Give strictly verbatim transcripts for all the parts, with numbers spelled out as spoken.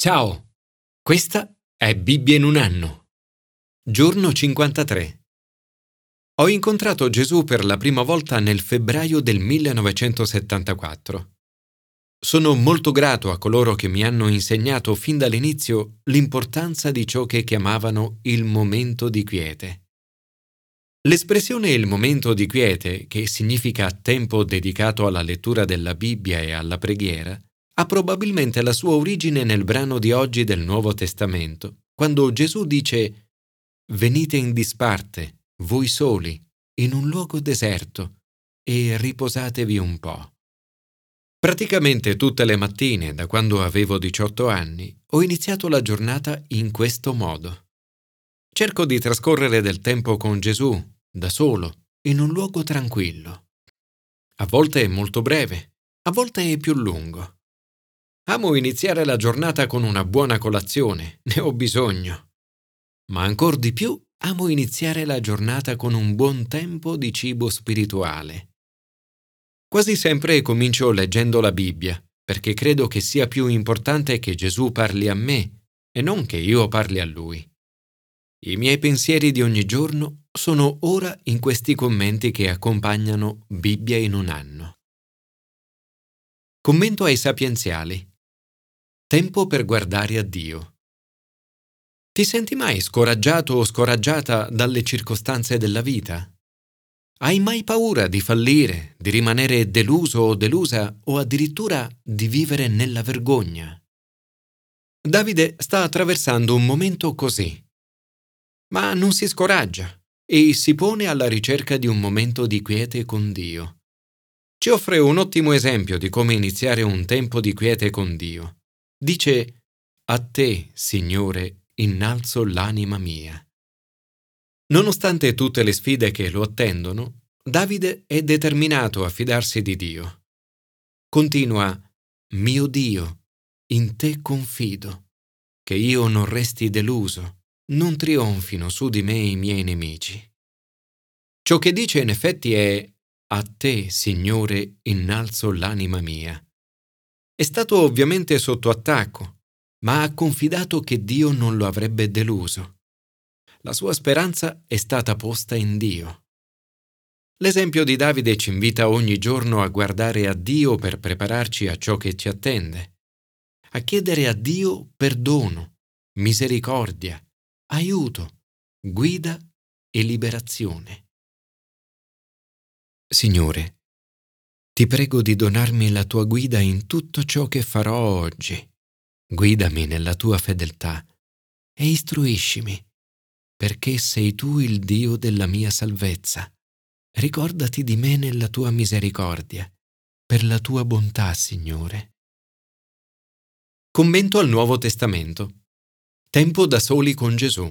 Ciao, questa è Bibbia in un anno. Giorno cinquantatré. Ho incontrato Gesù per la prima volta nel febbraio del millenovecentosettantaquattro. Sono molto grato a coloro che mi hanno insegnato fin dall'inizio l'importanza di ciò che chiamavano il momento di quiete. L'espressione il momento di quiete, che significa tempo dedicato alla lettura della Bibbia e alla preghiera, ha probabilmente la sua origine nel brano di oggi del Nuovo Testamento, quando Gesù dice «Venite in disparte, voi soli, in un luogo deserto, e riposatevi un po'». Praticamente tutte le mattine, da quando avevo diciotto anni, ho iniziato la giornata in questo modo. Cerco di trascorrere del tempo con Gesù, da solo, in un luogo tranquillo. A volte è molto breve, a volte è più lungo. Amo iniziare la giornata con una buona colazione, ne ho bisogno. Ma ancor di più amo iniziare la giornata con un buon tempo di cibo spirituale. Quasi sempre comincio leggendo la Bibbia, perché credo che sia più importante che Gesù parli a me e non che io parli a Lui. I miei pensieri di ogni giorno sono ora in questi commenti che accompagnano Bibbia in un anno. Commento ai sapienziali. Tempo per guardare a Dio. Ti senti mai scoraggiato o scoraggiata dalle circostanze della vita? Hai mai paura di fallire, di rimanere deluso o delusa o addirittura di vivere nella vergogna? Davide sta attraversando un momento così, ma non si scoraggia e si pone alla ricerca di un momento di quiete con Dio. Ci offre un ottimo esempio di come iniziare un tempo di quiete con Dio. Dice: «A te, Signore, innalzo l'anima mia». Nonostante tutte le sfide che lo attendono, Davide è determinato a fidarsi di Dio. Continua: «Mio Dio, in te confido, che io non resti deluso, non trionfino su di me i miei nemici». Ciò che dice in effetti è: «A te, Signore, innalzo l'anima mia». È stato ovviamente sotto attacco, ma ha confidato che Dio non lo avrebbe deluso. La sua speranza è stata posta in Dio. L'esempio di Davide ci invita ogni giorno a guardare a Dio per prepararci a ciò che ci attende, a chiedere a Dio perdono, misericordia, aiuto, guida e liberazione. Signore, ti prego di donarmi la tua guida in tutto ciò che farò oggi. Guidami nella tua fedeltà e istruiscimi, perché sei tu il Dio della mia salvezza. Ricordati di me nella tua misericordia, per la tua bontà, Signore. Commento al Nuovo Testamento. Tempo da soli con Gesù.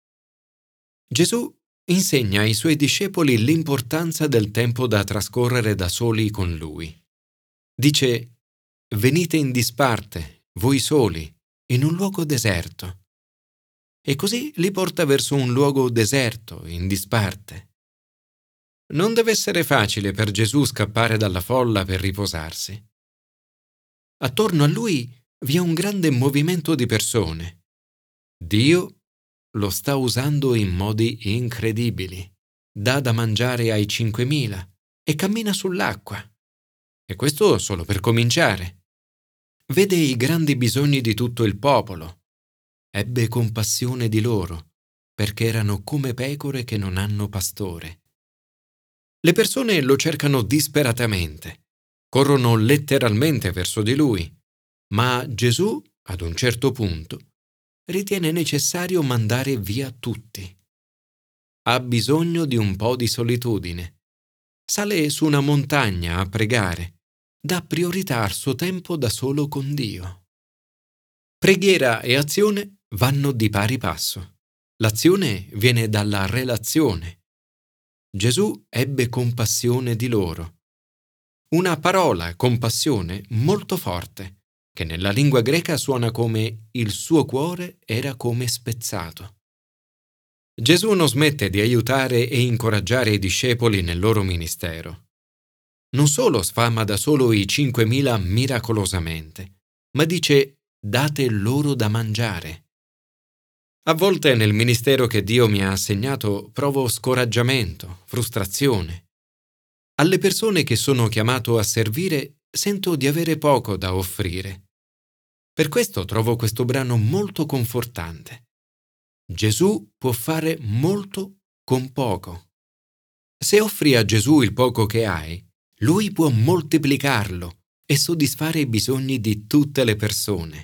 Gesù insegna ai suoi discepoli l'importanza del tempo da trascorrere da soli con Lui. Dice: «Venite in disparte, voi soli, in un luogo deserto». E così li porta verso un luogo deserto, in disparte. Non deve essere facile per Gesù scappare dalla folla per riposarsi. Attorno a Lui vi è un grande movimento di persone. Dio lo sta usando in modi incredibili. Dà da mangiare ai cinquemila e cammina sull'acqua. E questo solo per cominciare. Vede i grandi bisogni di tutto il popolo. Ebbe compassione di loro, perché erano come pecore che non hanno pastore. Le persone lo cercano disperatamente, corrono letteralmente verso di lui, ma Gesù, ad un certo punto, ritiene necessario mandare via tutti. Ha bisogno di un po' di solitudine. Sale su una montagna a pregare, dà priorità al suo tempo da solo con Dio. Preghiera e azione vanno di pari passo. L'azione viene dalla relazione. Gesù ebbe compassione di loro. Una parola, compassione, molto forte, che nella lingua greca suona come il suo cuore era come spezzato. Gesù non smette di aiutare e incoraggiare i discepoli nel loro ministero. Non solo sfama da solo i cinquemila miracolosamente, ma dice: date loro da mangiare. A volte nel ministero che Dio mi ha assegnato provo scoraggiamento, frustrazione. Alle persone che sono chiamato a servire sento di avere poco da offrire. Per questo trovo questo brano molto confortante. Gesù può fare molto con poco. Se offri a Gesù il poco che hai, Lui può moltiplicarlo e soddisfare i bisogni di tutte le persone.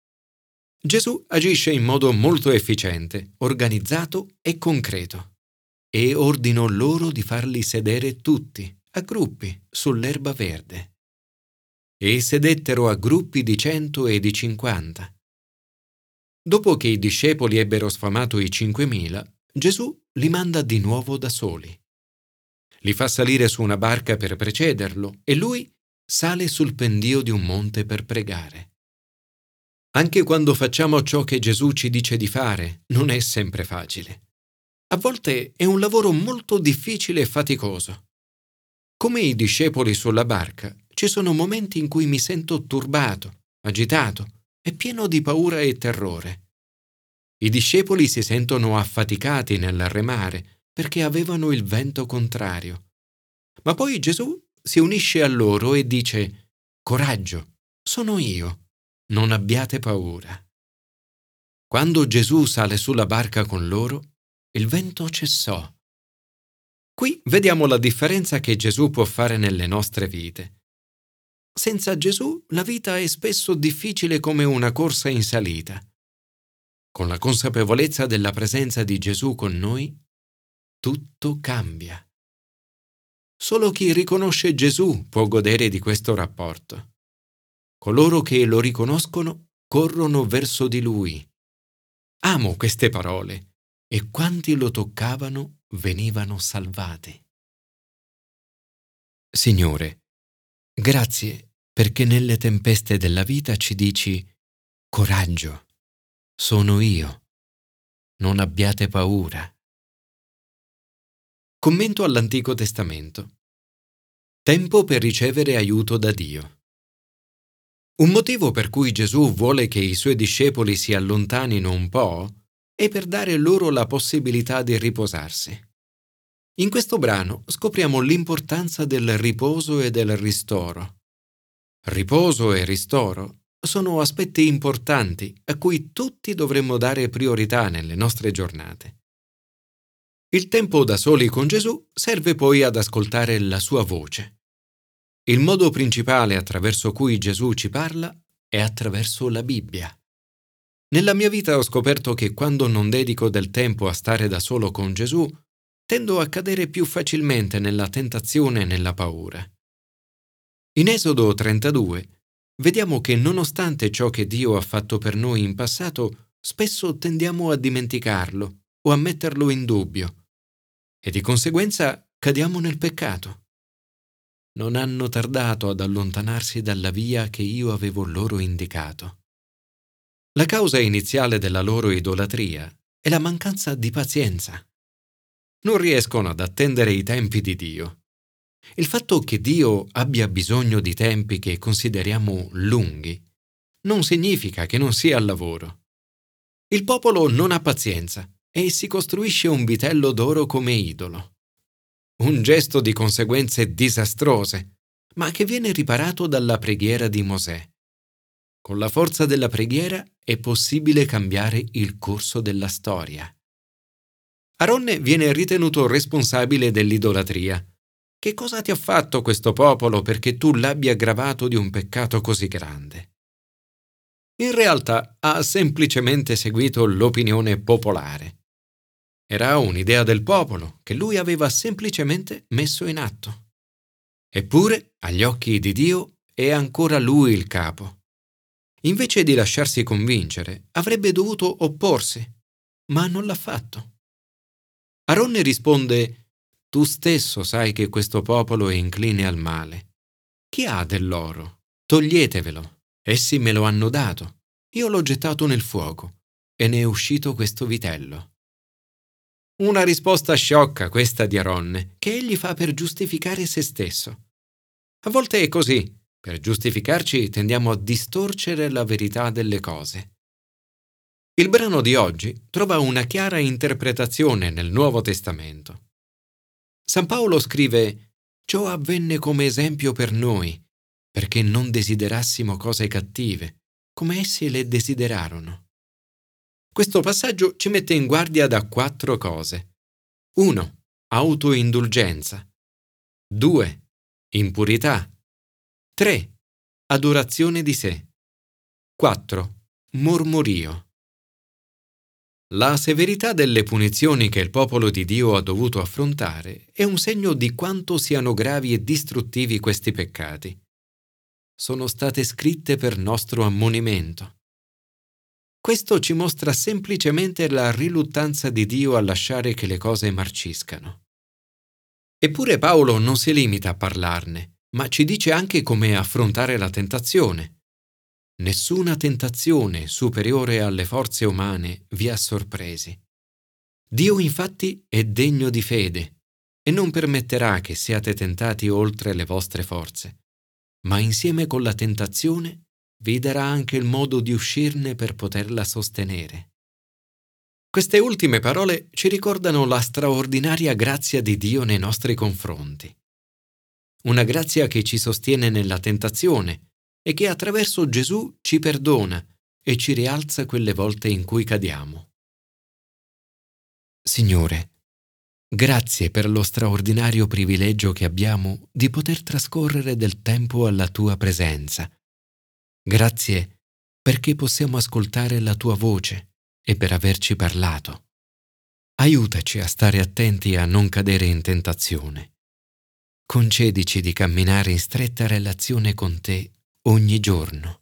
Gesù agisce in modo molto efficiente, organizzato e concreto, e ordinò loro di farli sedere tutti, a gruppi, sull'erba verde. E sedettero a gruppi di cento e di cinquanta. Dopo che i discepoli ebbero sfamato i cinquemila, Gesù li manda di nuovo da soli. Li fa salire su una barca per precederlo e lui sale sul pendio di un monte per pregare. Anche quando facciamo ciò che Gesù ci dice di fare, non è sempre facile. A volte è un lavoro molto difficile e faticoso. Come i discepoli sulla barca, ci sono momenti in cui mi sento turbato, agitato e pieno di paura e terrore. I discepoli si sentono affaticati nel remare perché avevano il vento contrario. Ma poi Gesù si unisce a loro e dice: «Coraggio, sono io. Non abbiate paura». Quando Gesù sale sulla barca con loro, il vento cessò. Qui vediamo la differenza che Gesù può fare nelle nostre vite. Senza Gesù la vita è spesso difficile come una corsa in salita. Con la consapevolezza della presenza di Gesù con noi, tutto cambia. Solo chi riconosce Gesù può godere di questo rapporto. Coloro che lo riconoscono corrono verso di Lui. Amo queste parole e quanti lo toccavano venivano salvati. Signore, grazie perché nelle tempeste della vita ci dici: «Coraggio, sono io. Non abbiate paura». Commento all'Antico Testamento. Tempo per ricevere aiuto da Dio. Un motivo per cui Gesù vuole che i suoi discepoli si allontanino un po' è per dare loro la possibilità di riposarsi. In questo brano scopriamo l'importanza del riposo e del ristoro. Riposo e ristoro sono aspetti importanti a cui tutti dovremmo dare priorità nelle nostre giornate. Il tempo da soli con Gesù serve poi ad ascoltare la sua voce. Il modo principale attraverso cui Gesù ci parla è attraverso la Bibbia. Nella mia vita ho scoperto che quando non dedico del tempo a stare da solo con Gesù, tendo a cadere più facilmente nella tentazione e nella paura. In Esodo trentadue vediamo che nonostante ciò che Dio ha fatto per noi in passato, spesso tendiamo a dimenticarlo o a metterlo in dubbio e di conseguenza cadiamo nel peccato. Non hanno tardato ad allontanarsi dalla via che io avevo loro indicato. La causa iniziale della loro idolatria è la mancanza di pazienza. Non riescono ad attendere i tempi di Dio. Il fatto che Dio abbia bisogno di tempi che consideriamo lunghi non significa che non sia al lavoro. Il popolo non ha pazienza e si costruisce un vitello d'oro come idolo. Un gesto di conseguenze disastrose, ma che viene riparato dalla preghiera di Mosè. Con la forza della preghiera è possibile cambiare il corso della storia. Aronne viene ritenuto responsabile dell'idolatria. Che cosa ti ha fatto questo popolo perché tu l'abbia aggravato di un peccato così grande? In realtà ha semplicemente seguito l'opinione popolare. Era un'idea del popolo che lui aveva semplicemente messo in atto. Eppure, agli occhi di Dio, è ancora lui il capo. Invece di lasciarsi convincere, avrebbe dovuto opporsi, ma non l'ha fatto. Aronne risponde: «Tu stesso sai che questo popolo è incline al male. Chi ha dell'oro? Toglietevelo. Essi me lo hanno dato. Io l'ho gettato nel fuoco e ne è uscito questo vitello». Una risposta sciocca questa di Aronne, che egli fa per giustificare se stesso. A volte è così. Per giustificarci tendiamo a distorcere la verità delle cose. Il brano di oggi trova una chiara interpretazione nel Nuovo Testamento. San Paolo scrive: «Ciò avvenne come esempio per noi, perché non desiderassimo cose cattive, come essi le desiderarono». Questo passaggio ci mette in guardia da quattro cose. uno. Autoindulgenza. due. Impurità. tre. Adorazione di sé. quattro. Mormorio. La severità delle punizioni che il popolo di Dio ha dovuto affrontare è un segno di quanto siano gravi e distruttivi questi peccati. Sono state scritte per nostro ammonimento. Questo ci mostra semplicemente la riluttanza di Dio a lasciare che le cose marciscano. Eppure Paolo non si limita a parlarne, ma ci dice anche come affrontare la tentazione. Nessuna tentazione superiore alle forze umane vi ha sorpresi. Dio infatti è degno di fede e non permetterà che siate tentati oltre le vostre forze, ma insieme con la tentazione vi darà anche il modo di uscirne per poterla sostenere. Queste ultime parole ci ricordano la straordinaria grazia di Dio nei nostri confronti. Una grazia che ci sostiene nella tentazione e che attraverso Gesù ci perdona e ci rialza quelle volte in cui cadiamo. Signore, grazie per lo straordinario privilegio che abbiamo di poter trascorrere del tempo alla Tua presenza. Grazie perché possiamo ascoltare la Tua voce e per averci parlato. Aiutaci a stare attenti a non cadere in tentazione. Concedici di camminare in stretta relazione con Te ogni giorno.